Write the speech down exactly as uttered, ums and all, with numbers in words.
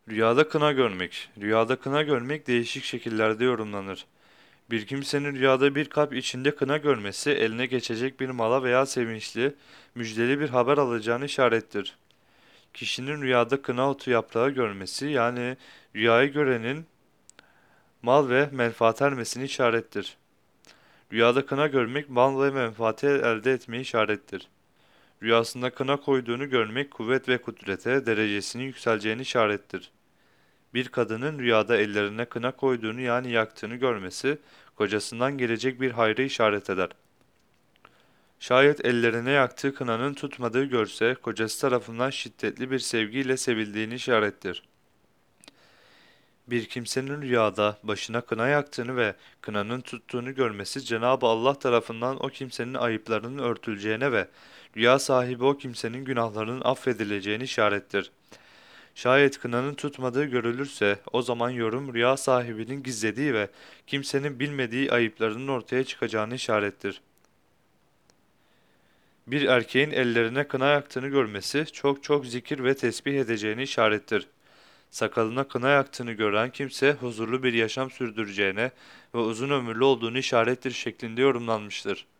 Rüyada kına görmek. Rüyada kına görmek değişik şekillerde yorumlanır. Bir kimsenin rüyada bir kap içinde kına görmesi, eline geçecek bir mala veya sevinçli, müjdeli bir haber alacağını işarettir. Kişinin rüyada kına otu yaprağı görmesi, yani rüyayı görenin mal ve menfaat ermesini işarettir. Rüyada kına görmek, mal ve menfaati elde etmeyi işarettir. Rüyasında kına koyduğunu görmek, kuvvet ve kudrete, derecesinin yükseleceğini işarettir. Bir kadının rüyada ellerine kına koyduğunu, yani yaktığını görmesi, kocasından gelecek bir hayrı işaret eder. Şayet ellerine yaktığı kınanın tutmadığı görse, kocası tarafından şiddetli bir sevgiyle sevildiğini işarettir. Bir kimsenin rüyada başına kına yaktığını ve kınanın tuttuğunu görmesi, Cenab-ı Allah tarafından o kimsenin ayıplarının örtüleceğine ve rüya sahibi o kimsenin günahlarının affedileceğini işarettir. Şayet kınanın tutmadığı görülürse, o zaman yorum rüya sahibinin gizlediği ve kimsenin bilmediği ayıplarının ortaya çıkacağını işarettir. Bir erkeğin ellerine kına yaktığını görmesi, çok çok zikir ve tesbih edeceğini işarettir. Sakalına kına yaktığını gören kimse, huzurlu bir yaşam sürdüreceğine ve uzun ömürlü olduğunu işarettir şeklinde yorumlanmıştır.